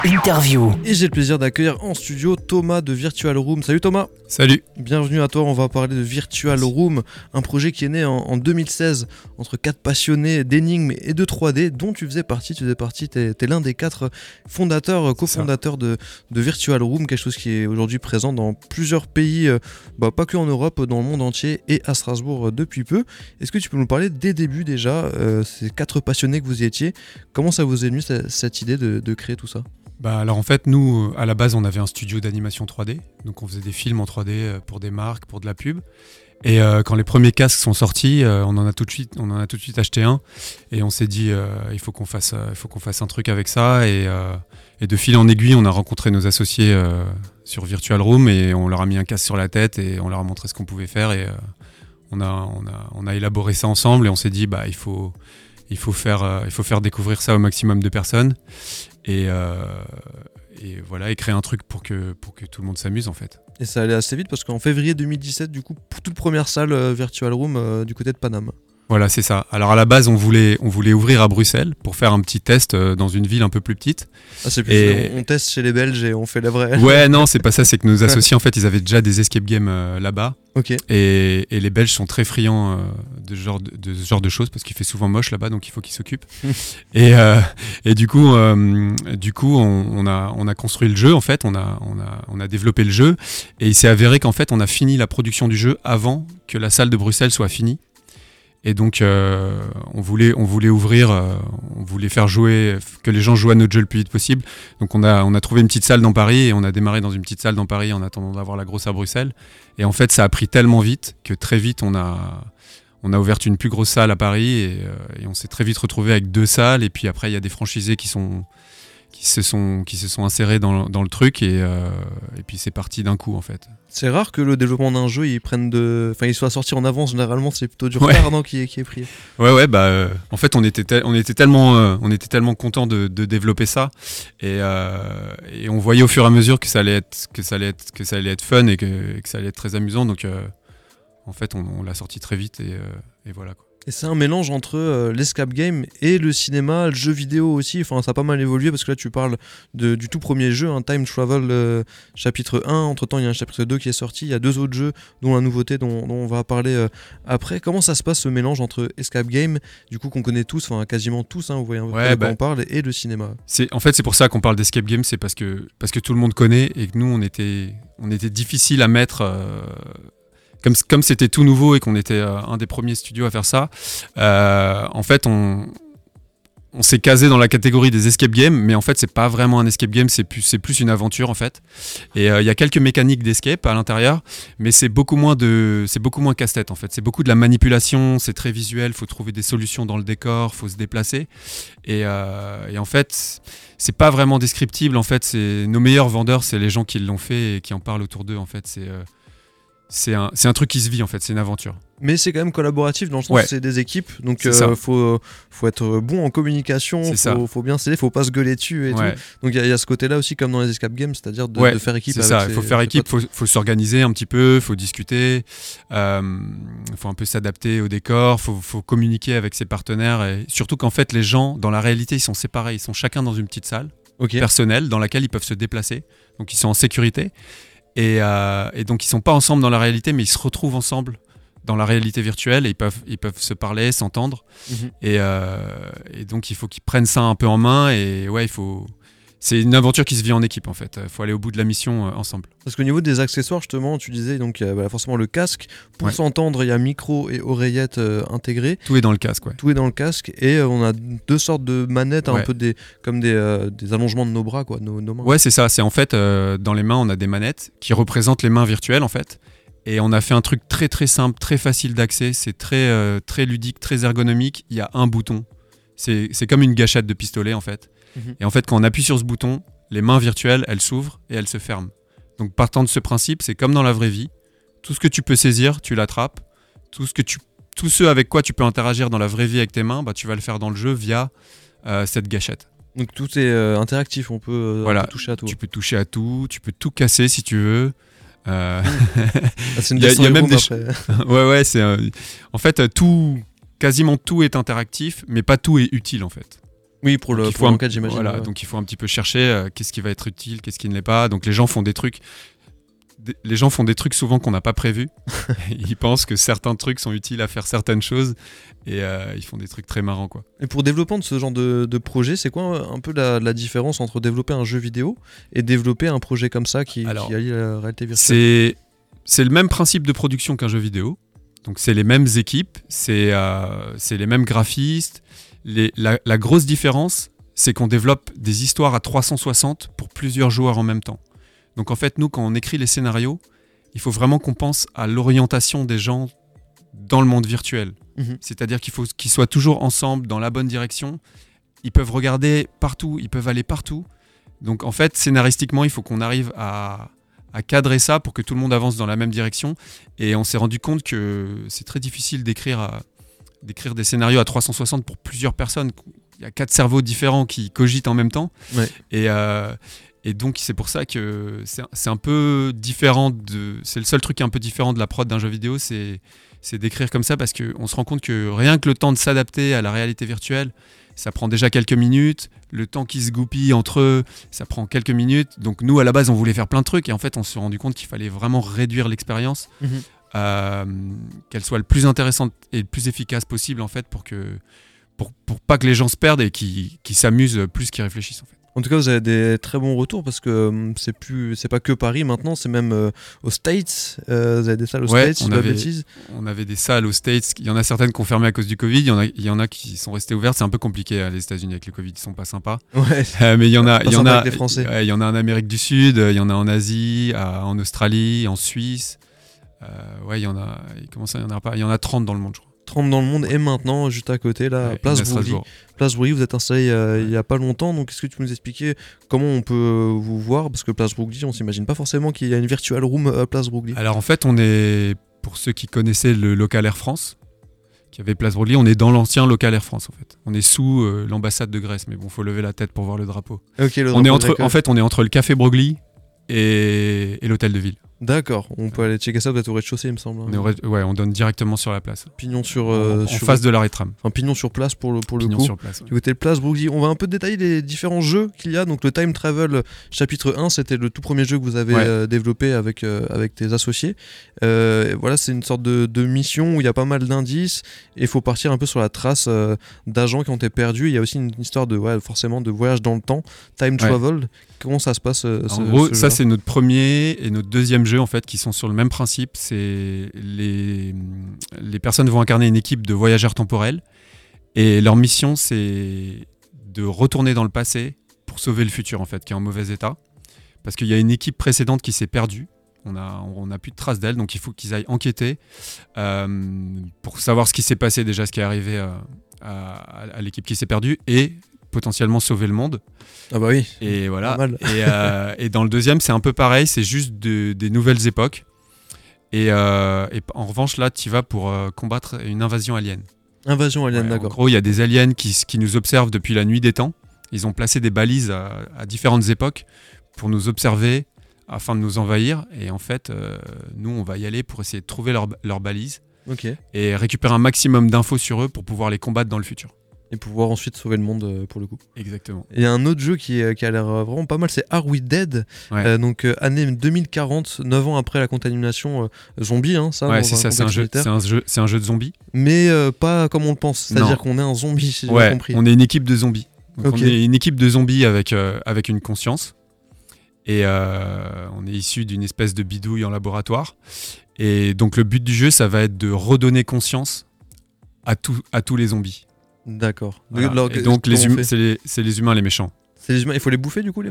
Interview. Et j'ai le plaisir d'accueillir en studio Thomas de Virtual Room. Salut Thomas. Salut. Bienvenue à toi, on va parler de Virtual Room, un projet qui est né en 2016 entre 4 passionnés d'énigmes et de 3D dont tu faisais partie, t'es l'un des 4 fondateurs, cofondateurs de Virtual Room, quelque chose qui est aujourd'hui présent dans plusieurs pays, pas que en Europe, dans le monde entier et à Strasbourg depuis peu. Est-ce que tu peux nous parler des débuts déjà, ces 4 passionnés que vous y étiez, comment ça vous est venu cette idée de créer tout ça ? Alors en fait, nous, à la base, on avait un studio d'animation 3D. Donc on faisait des films en 3D pour des marques, pour de la pub. Et quand les premiers casques sont sortis, on en a tout de suite acheté un. Et on s'est dit, il faut qu'on fasse un truc avec ça. Et de fil en aiguille, on a rencontré nos associés sur Virtual Room et on leur a mis un casque sur la tête et on leur a montré ce qu'on pouvait faire. Et on a élaboré ça ensemble et on s'est dit, il faut faire découvrir ça au maximum de personnes et voilà, et créer un truc pour que tout le monde s'amuse en fait. Et ça allait assez vite parce qu'en février 2017, du coup, pour toute première salle Virtual Room du côté de Paname. Voilà, c'est ça. Alors à la base, on voulait ouvrir à Bruxelles pour faire un petit test dans une ville un peu plus petite. Ah, c'est plus on teste chez les Belges et on fait la vraie. Ouais, non, c'est pas ça. C'est que nos associés, en fait, ils avaient déjà des escape games là-bas. Ok. Et les Belges sont très friands de ce genre de choses parce qu'il fait souvent moche là-bas, donc il faut qu'ils s'occupent. et du coup, on a construit le jeu. En fait, on a développé le jeu et il s'est avéré qu'en fait, on a fini la production du jeu avant que la salle de Bruxelles soit finie. Et donc, on voulait ouvrir, on voulait faire jouer, que les gens jouent à notre jeu le plus vite possible. Donc, on a trouvé une petite salle dans Paris et on a démarré dans une petite salle dans Paris en attendant d'avoir la grosse à Bruxelles. Et en fait, ça a pris tellement vite que très vite, on a ouvert une plus grosse salle à Paris et on s'est très vite retrouvé avec 2 salles. Et puis après, il y a des franchisés qui se sont insérés dans le truc et puis c'est parti d'un coup en fait. C'est rare que le développement d'un jeu il soit sorti en avance. Généralement c'est plutôt du retard qui est pris. Ouais en fait on était tellement contents de développer ça et on voyait au fur et à mesure que ça allait être fun et que ça allait être très amusant, donc en fait on l'a sorti très vite et voilà quoi. Et c'est un mélange entre l'escape game et le cinéma, le jeu vidéo aussi. Enfin, ça a pas mal évolué parce que là, tu parles du tout premier jeu, Time Travel chapitre 1. Entre-temps, il y a un chapitre 2 qui est sorti. Il y a 2 autres jeux, dont la nouveauté dont on va parler après. Comment ça se passe, ce mélange entre escape game, du coup, qu'on connaît tous, enfin quasiment tous, vous voyez un peu de quoi on parle, et le cinéma. En fait, c'est pour ça qu'on parle d'escape game, c'est parce que tout le monde connaît et que nous, on était difficile à mettre... Comme c'était tout nouveau et qu'on était un des premiers studios à faire ça, en fait, on s'est casé dans la catégorie des escape games, mais en fait, c'est pas vraiment un escape game, c'est plus une aventure en fait. Et il y a quelques mécaniques d'escape à l'intérieur, mais c'est beaucoup moins casse-tête en fait. C'est beaucoup de la manipulation, c'est très visuel, faut trouver des solutions dans le décor, faut se déplacer. Et en fait, c'est pas vraiment descriptible en fait. Nos meilleurs vendeurs, c'est les gens qui l'ont fait et qui en parlent autour d'eux en fait. C'est un truc qui se vit en fait, c'est une aventure. Mais c'est quand même collaboratif dans le sens où c'est des équipes, donc faut être bon en communication, faut bien s'aider, faut pas se gueuler dessus et tout. Donc il y a ce côté-là aussi comme dans les escape games, c'est-à-dire de faire équipe. C'est ça, il faut faire équipe, faut s'organiser un petit peu, faut discuter, faut un peu s'adapter au décor, faut communiquer avec ses partenaires et surtout qu'en fait les gens dans la réalité ils sont séparés, ils sont chacun dans une petite salle personnelle dans laquelle ils peuvent se déplacer, donc ils sont en sécurité. Et donc ils sont pas ensemble dans la réalité, mais ils se retrouvent ensemble dans la réalité virtuelle et ils peuvent se parler, s'entendre. Et donc il faut qu'ils prennent ça un peu en main et c'est une aventure qui se vit en équipe en fait. Il faut aller au bout de la mission ensemble. Parce qu'au niveau des accessoires justement, tu disais donc il y a forcément le casque. Pour s'entendre, il y a micro et oreillette intégrées. Tout est dans le casque, ouais. Tout est dans le casque et on a 2 sortes de manettes, un peu comme des allongements de nos bras, quoi, nos mains. Ouais, c'est ça. C'est en fait dans les mains, on a des manettes qui représentent les mains virtuelles en fait. Et on a fait un truc très très simple, très facile d'accès. C'est très très ludique, très ergonomique. Il y a un bouton. C'est comme une gâchette de pistolet en fait. Et en fait, quand on appuie sur ce bouton, les mains virtuelles, elles s'ouvrent et elles se ferment. Donc partant de ce principe, c'est comme dans la vraie vie. Tout ce que tu peux saisir, tu l'attrapes. Tout ce avec quoi tu peux interagir dans la vraie vie avec tes mains, tu vas le faire dans le jeu via cette gâchette. Donc tout est interactif, on peut toucher à tout. Tu peux toucher à tout, tu peux tout casser si tu veux. C'est une descente de même en fait quasiment tout est interactif, mais pas tout est utile en fait. Oui, pour l'enquête, j'imagine. Voilà, donc il faut un petit peu chercher qu'est-ce qui va être utile, qu'est-ce qui ne l'est pas. Donc les gens font des trucs. Les gens font des trucs souvent qu'on n'a pas prévus. Ils pensent que certains trucs sont utiles à faire certaines choses et ils font des trucs très marrants, quoi. Et pour développement de ce genre de projet, c'est quoi un peu la différence entre développer un jeu vidéo et développer un projet comme ça qui allie la réalité virtuelle? C'est le même principe de production qu'un jeu vidéo. Donc c'est les mêmes équipes, c'est les mêmes graphistes. La grosse différence, c'est qu'on développe des histoires à 360 pour plusieurs joueurs en même temps. Donc en fait, nous, quand on écrit les scénarios, il faut vraiment qu'on pense à l'orientation des gens dans le monde virtuel. C'est-à-dire qu'il faut qu'ils soient toujours ensemble, dans la bonne direction. Ils peuvent regarder partout, ils peuvent aller partout. Donc en fait, scénaristiquement, il faut qu'on arrive à cadrer ça pour que tout le monde avance dans la même direction. Et on s'est rendu compte que c'est très difficile d'écrire des scénarios à 360 pour plusieurs personnes. Il y a 4 cerveaux différents qui cogitent en même temps. Ouais. Et donc c'est pour ça que c'est un peu différent c'est le seul truc qui est un peu différent de la prod d'un jeu vidéo, c'est d'écrire comme ça, parce qu'on se rend compte que rien que le temps de s'adapter à la réalité virtuelle, ça prend déjà quelques minutes. Le temps qui se goupille entre eux, ça prend quelques minutes. Donc nous, à la base, on voulait faire plein de trucs, et en fait on s'est rendu compte qu'il fallait vraiment réduire l'expérience, qu'elle soit le plus intéressante et le plus efficace possible, en fait, pour pas que les gens se perdent et qu'ils s'amusent plus qu'ils réfléchissent, en fait. En tout cas, vous avez des très bons retours, parce que c'est pas que Paris maintenant, c'est même aux States. Vous avez des salles aux States, si je dis pas de bêtises. On avait des salles aux States. Il y en a certaines qui ont fermé à cause du Covid. Il y en a qui sont restées ouvertes. C'est un peu compliqué, les États-Unis avec le Covid, ils sont pas sympas. Ouais. Mais il y en a avec les Français. Il y en a en Amérique du Sud, il y en a en Asie, en Australie, en Suisse. Il y en a. Comment ça, il y en a pas. Il y en a 30 dans le monde, je crois. 30 dans le monde, et maintenant, juste à côté, là, Place Broglie. Place Broglie, vous êtes installé il y a pas longtemps, donc est-ce que tu peux nous expliquer comment on peut vous voir? Parce que Place Broglie, on s'imagine pas forcément qu'il y a une virtual room à Place Broglie. Alors en fait, on est, pour ceux qui connaissaient le local Air France, qui avait Place Broglie, on est dans l'ancien local Air France, en fait. On est sous l'ambassade de Grèce, mais bon, faut lever la tête pour voir le drapeau. Ok, le on drapeau. On est entre le café Broglie et l'hôtel de ville. D'accord, on peut aller checker ça, vous êtes au rez-de-chaussée, il me semble. On donne directement sur la place. Pignon sur... en face de l'arrêt tram. Enfin, pignon sur place pour le pignon coup. Sur place, ouais. Du côté de Place Broglie, on va un peu détailler les différents jeux qu'il y a. Donc le Time Travel chapitre 1, c'était le tout premier jeu que vous avez développé avec tes associés. Voilà, c'est une sorte de mission où il y a pas mal d'indices et il faut partir un peu sur la trace d'agents qui ont été perdus. Il y a aussi une histoire forcément de voyage dans le temps, Time Travel. Comment ça se passe En gros, ça c'est notre premier et notre deuxième jeu, en fait, qui sont sur le même principe. C'est les personnes vont incarner une équipe de voyageurs temporels et leur mission, c'est de retourner dans le passé pour sauver le futur, en fait, qui est en mauvais état, parce qu'il y a une équipe précédente qui s'est perdue. On a plus de traces d'elle, donc il faut qu'ils aillent enquêter pour savoir ce qui s'est passé, déjà ce qui est arrivé à l'équipe qui s'est perdue, et potentiellement sauver le monde. Ah bah oui. Et voilà. Et dans le deuxième, c'est un peu pareil, c'est juste des nouvelles époques. Et en revanche, là, tu vas pour combattre une invasion alien. Invasion alien, d'accord. En gros, il y a des aliens qui nous observent depuis la nuit des temps. Ils ont placé des balises à différentes époques pour nous observer afin de nous envahir. Et en fait, nous, on va y aller pour essayer de trouver leurs balises et récupérer un maximum d'infos sur eux pour pouvoir les combattre dans le futur. Et pouvoir ensuite sauver le monde pour le coup. Exactement. Et il y a un autre jeu qui a l'air vraiment pas mal, c'est Are We Dead? Donc année 2040, 9 ans après la contamination zombie, ça. Ouais, c'est ça, c'est un jeu de zombies. Mais pas comme on le pense, c'est-à-dire qu'on est un zombie, si j'ai bien compris. On est une équipe de zombies. Donc on est une équipe de zombies avec une conscience. Et on est issu d'une espèce de bidouille en laboratoire. Et donc le but du jeu, ça va être de redonner conscience à tous les zombies. D'accord. Voilà. Et donc c'est les humains les méchants. C'est les humains, il faut les bouffer du coup les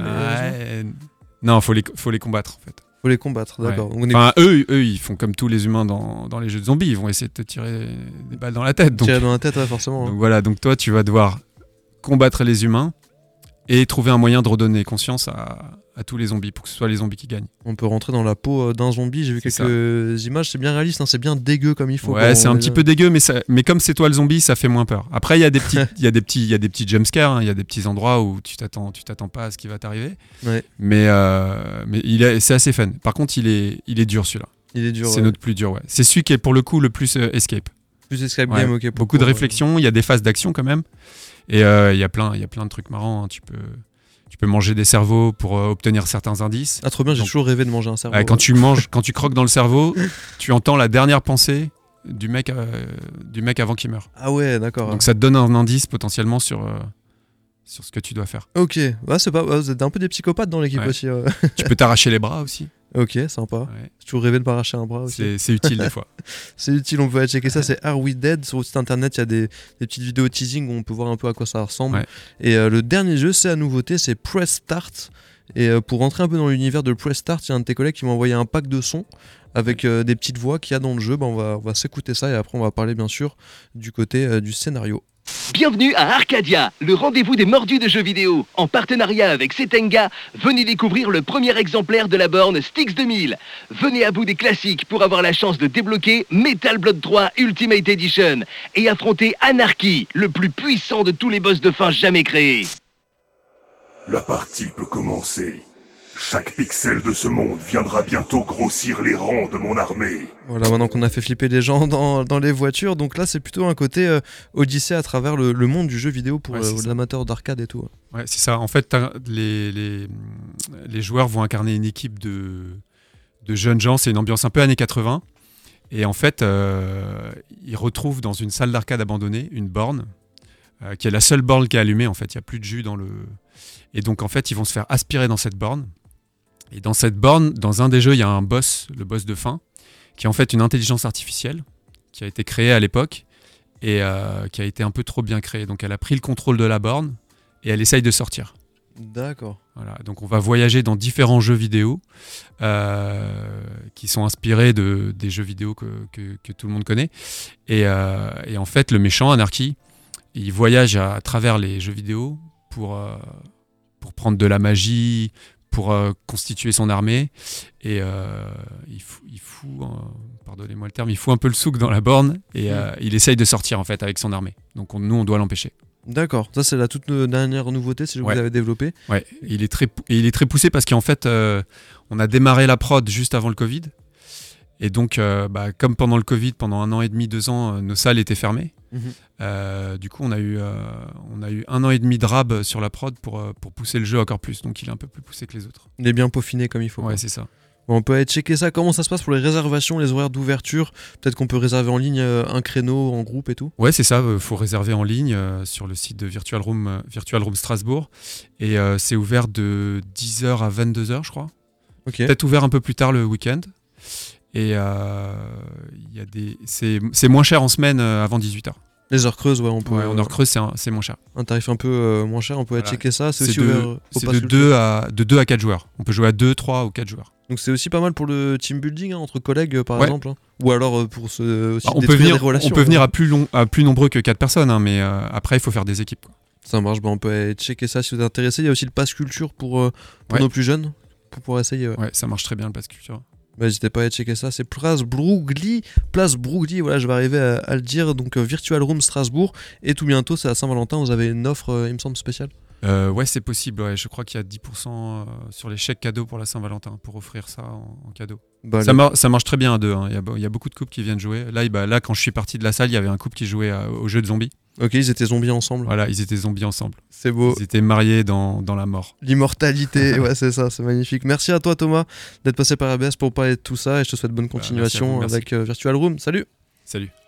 Non, faut les combattre, en fait. Faut les combattre, d'accord. Enfin, eux, ils font comme tous les humains dans les jeux de zombies, ils vont essayer de te tirer des balles dans la tête. Tirer dans la tête, forcément. Donc voilà, donc toi tu vas devoir combattre les humains et trouver un moyen de redonner conscience à tous les zombies pour que ce soit les zombies qui gagnent. On peut rentrer dans la peau d'un zombie, j'ai vu quelques images, c'est bien réaliste, c'est bien dégueu comme il faut. Ouais, c'est un petit peu dégueu, mais comme c'est toi le zombie, ça fait moins peur. Après, il y a des petits jumpscares, il y a des petits endroits où tu t'attends pas à ce qui va t'arriver. Ouais. Mais c'est assez fun. Par contre, il est dur celui-là. Il est dur. C'est notre plus dur, ouais. C'est celui qui est pour le coup le plus escape. Plus escape game, ok. Beaucoup de réflexion, il y a des phases d'action quand même. Et il y a plein de trucs marrants. Hein. Tu peux manger des cerveaux pour obtenir certains indices. Ah trop bien, j'ai toujours rêvé de manger un cerveau. Quand tu croques dans le cerveau, tu entends la dernière pensée du mec avant qu'il meure. Ah ouais, d'accord. Donc ça te donne un indice potentiellement sur ce que tu dois faire. Ok, vous êtes un peu des psychopathes dans l'équipe aussi. Tu peux t'arracher les bras aussi. Ok, sympa. Ouais. J'ai toujours rêvé de m'arracher un bras aussi. C'est utile des fois. C'est utile, on peut aller checker ça, c'est Are We Dead. Sur le site internet, il y a des petites vidéos teasing où on peut voir un peu à quoi ça ressemble. Ouais. Et le dernier jeu, c'est la nouveauté, c'est Press Start. Et pour rentrer un peu dans l'univers de Press Start, il y a un de tes collègues qui m'a envoyé un pack de sons avec des petites voix qu'il y a dans le jeu. On va s'écouter ça et après on va parler bien sûr du côté du scénario. Bienvenue à Arcadia, le rendez-vous des mordus de jeux vidéo. En partenariat avec Setenga, venez découvrir le premier exemplaire de la borne Styx 2000. Venez à bout des classiques pour avoir la chance de débloquer Metal Blood 3 Ultimate Edition et affronter Anarchy, le plus puissant de tous les boss de fin jamais créés. La partie peut commencer. Chaque pixel de ce monde viendra bientôt grossir les rangs de mon armée. Voilà, maintenant qu'on a fait flipper les gens dans les voitures, donc là c'est plutôt un côté Odyssey à travers le monde du jeu vidéo pour les amateurs d'arcade et tout. Ouais, c'est ça. En fait, les joueurs vont incarner une équipe de jeunes gens, c'est une ambiance un peu années 80. Et en fait, ils retrouvent dans une salle d'arcade abandonnée une borne, qui est la seule borne qui est allumée. En fait, il n'y a plus de jus dans le... Et donc en fait, ils vont se faire aspirer dans cette borne. Et dans cette borne, dans un des jeux, il y a un boss, le boss de fin, qui est en fait une intelligence artificielle, qui a été créée à l'époque, et qui a été un peu trop bien créée. Donc elle a pris le contrôle de la borne, et elle essaye de sortir. D'accord. Voilà, donc on va voyager dans différents jeux vidéo, qui sont inspirés des jeux vidéo que tout le monde connaît. Et en fait, le méchant, Anarchy, il voyage à travers les jeux vidéo pour prendre de la magie, pour constituer son armée, et il fout pardonnez-moi le terme, il fout un peu le souk dans la borne, et il essaye de sortir en fait avec son armée. Donc nous on doit l'empêcher. D'accord, ça c'est la toute dernière nouveauté, c'est ce que vous avez développé. Ouais, il est très poussé parce qu'en fait on a démarré la prod juste avant le Covid, et donc comme pendant le Covid, pendant 1 an et demi, 2 ans, nos salles étaient fermées. Du coup on a eu 1 an et demi de rab sur la prod pour pousser le jeu encore plus, donc il est un peu plus poussé que les autres. Il est bien peaufiné comme il faut. Ouais, c'est ça. Bon, on peut aller checker ça, comment ça se passe pour les réservations, les horaires d'ouverture, peut-être qu'on peut réserver en ligne un créneau en groupe et tout. Ouais, c'est ça, faut réserver en ligne sur le site de Virtual Room Strasbourg, et c'est ouvert de 10h à 22h je crois. Okay. Peut-être ouvert un peu plus tard le week-end. Et c'est moins cher en semaine avant 18h. Les heures creuses, ouais, on peut. Ouais, en heure creuse, c'est moins cher. Un tarif un peu moins cher, on peut aller checker ça. C'est aussi de 2 à 4 joueurs. On peut jouer à 2, 3 ou 4 joueurs. Donc c'est aussi pas mal pour le team building, entre collègues par exemple. Ou alors pour aussi on peut venir, des relations. On peut venir à plus nombreux que 4 personnes, mais après il faut faire des équipes. Quoi. Ça marche, on peut aller checker ça si vous êtes intéressé. Il y a aussi le pass culture pour nos plus jeunes, pour pouvoir essayer. Ouais, ça marche très bien le pass culture. N'hésitez pas à aller checker ça, c'est Place Broglie, voilà, je vais arriver à le dire, donc Virtual Room Strasbourg, et tout bientôt c'est à Saint-Valentin, vous avez une offre, il me semble, spéciale. Ouais, c'est possible, ouais. Je crois qu'il y a 10% sur les chèques cadeaux pour la Saint-Valentin, pour offrir ça en cadeau. Ça marche très bien à 2, hein. Il y a beaucoup de couples qui viennent jouer. Là, quand je suis parti de la salle, il y avait un couple qui jouait au jeu de zombies. Ok, ils étaient zombies ensemble. Voilà, ils étaient zombies ensemble. C'est beau. Ils étaient mariés dans la mort. L'immortalité, ouais, c'est ça, c'est magnifique. Merci à toi, Thomas, d'être passé par ABS pour parler de tout ça, et je te souhaite bonne continuation avec Virtual Room. Salut. Salut.